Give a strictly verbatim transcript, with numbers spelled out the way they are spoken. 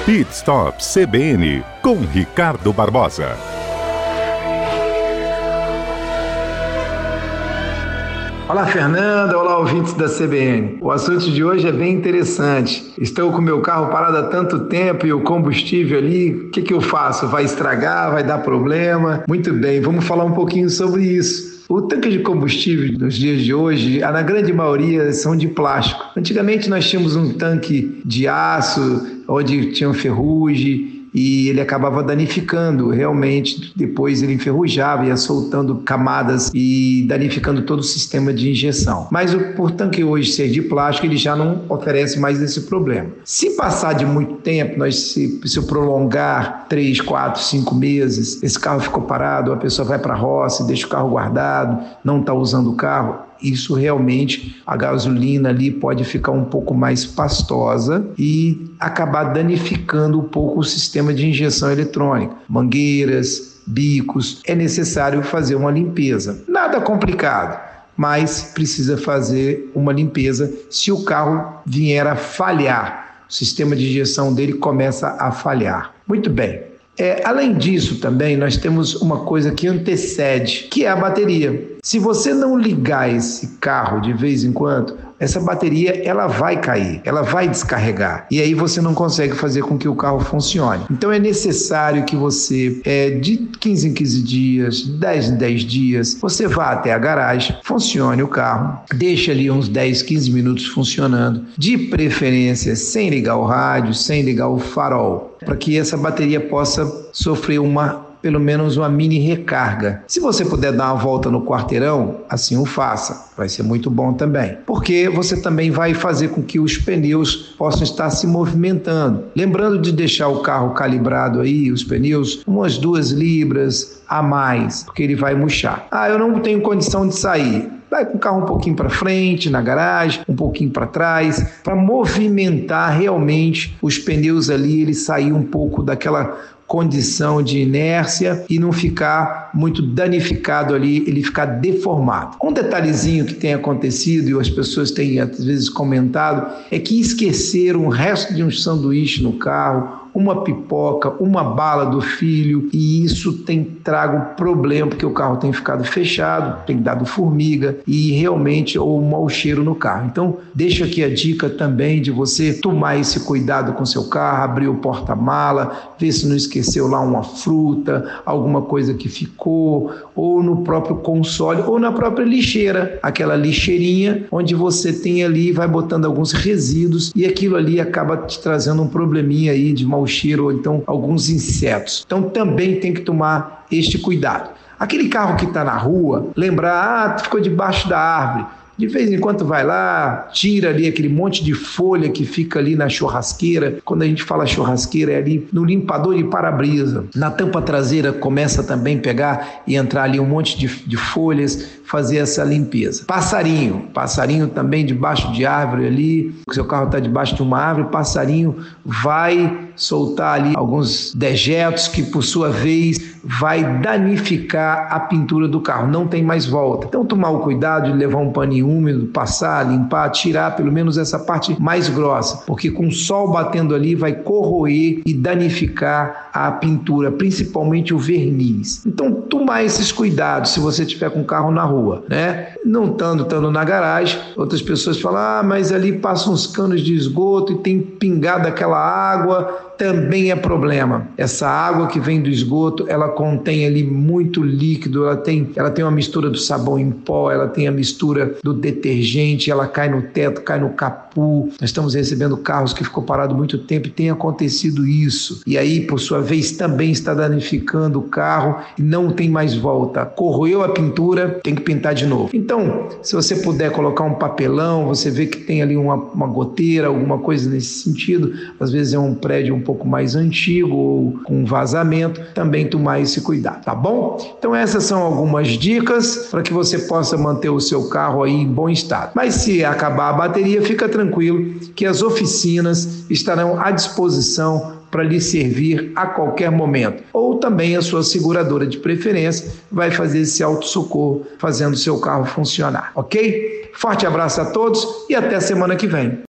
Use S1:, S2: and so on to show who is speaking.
S1: Pit Stop C B N, com Ricardo Barbosa.
S2: Olá, Fernanda. Olá, ouvintes da C B N. O assunto de hoje é bem interessante. Estou com meu carro parado há tanto tempo e o combustível ali, o que, que eu faço? Vai estragar? Vai dar problema? Muito bem, vamos falar um pouquinho sobre isso. O tanque de combustível nos dias de hoje, na grande maioria, são de plástico. Antigamente nós tínhamos um tanque de aço, onde tinha ferrugem, e ele acabava danificando, realmente, depois ele enferrujava, ia soltando camadas e danificando todo o sistema de injeção. Mas o por tanque hoje ser de plástico, ele já não oferece mais esse problema. Se passar de muito tempo, nós se, se prolongar três, quatro, cinco meses, esse carro ficou parado, a pessoa vai para a roça, deixa o carro guardado, não está usando o carro, isso realmente, a gasolina ali pode ficar um pouco mais pastosa e acabar danificando um pouco o sistema de injeção eletrônica. Mangueiras, bicos, é necessário fazer uma limpeza. Nada complicado, mas precisa fazer uma limpeza se o carro vier a falhar. O sistema de injeção dele começa a falhar. Muito bem. É, além disso também, nós temos uma coisa que antecede, que é a bateria. Se você não ligar esse carro de vez em quando, essa bateria ela vai cair, ela vai descarregar. E aí você não consegue fazer com que o carro funcione. Então é necessário que você, é, de quinze em quinze dias, dez em dez dias, você vá até a garagem, funcione o carro, deixe ali uns dez, quinze minutos funcionando, de preferência sem ligar o rádio, sem ligar o farol, para que essa bateria possa sofrer uma pelo menos uma mini recarga. Se você puder dar uma volta no quarteirão, assim o faça. Vai ser muito bom também. Porque você também vai fazer com que os pneus possam estar se movimentando. Lembrando de deixar o carro calibrado aí, os pneus, umas duas libras a mais, porque ele vai murchar. Ah, eu não tenho condição de sair. Vai com o carro um pouquinho para frente, na garagem, um pouquinho para trás, para movimentar realmente os pneus ali, ele sair um pouco daquela condição de inércia e não ficar muito danificado ali, ele ficar deformado. Um detalhezinho que tem acontecido e as pessoas têm às vezes comentado é que esqueceram o resto de um sanduíche no carro, uma pipoca, uma bala do filho, e isso tem trago problema, porque o carro tem ficado fechado, tem dado formiga e realmente ou um mau cheiro no carro. Então, deixo aqui a dica também de você tomar esse cuidado com seu carro, abrir o porta-mala, ver se não esqueceu lá uma fruta, alguma coisa que ficou, ou no próprio console, ou na própria lixeira, aquela lixeirinha onde você tem ali, vai botando alguns resíduos e aquilo ali acaba te trazendo um probleminha aí de mau cheiro ou então alguns insetos. Então também tem que tomar este cuidado. Aquele carro que está na rua, lembrar, ah, ficou debaixo da árvore. De vez em quando vai lá, tira ali aquele monte de folha que fica ali na churrasqueira. Quando a gente fala churrasqueira, é ali no limpador de para-brisa. Na tampa traseira começa também a pegar e entrar ali um monte de, de folhas, fazer essa limpeza. Passarinho, passarinho também debaixo de árvore ali. O seu carro está debaixo de uma árvore, o passarinho vai soltar ali alguns dejetos que por sua vez vai danificar a pintura do carro, não tem mais volta. Então tomar o cuidado de levar um paninho úmido, passar, limpar, tirar pelo menos essa parte mais grossa, porque com o sol batendo ali vai corroer e danificar a pintura, principalmente o verniz. Então tomar esses cuidados se você estiver com o carro na rua, né? Não estando, estando na garagem, outras pessoas falam, ah, mas ali passam uns canos de esgoto e tem pingado aquela água, também é problema. Essa água que vem do esgoto, ela contém ali muito líquido, ela tem, ela tem uma mistura do sabão em pó, ela tem a mistura do detergente, ela cai no teto, cai no capô. Nós estamos recebendo carros que ficou parado muito tempo e tem acontecido isso. E aí, por sua vez, também está danificando o carro e não tem mais volta. Corroeu a pintura, tem que pintar de novo. Então, se você puder colocar um papelão, você vê que tem ali uma, uma goteira, alguma coisa nesse sentido, às vezes é um prédio um pouco mais antigo ou com vazamento, também tomar esse cuidado, tá bom? Então essas são algumas dicas para que você possa manter o seu carro aí em bom estado. Mas se acabar a bateria, fica tranquilo que as oficinas estarão à disposição para lhe servir a qualquer momento. Ou também a sua seguradora de preferência vai fazer esse autossocorro fazendo o seu carro funcionar, ok? Forte abraço a todos e até semana que vem.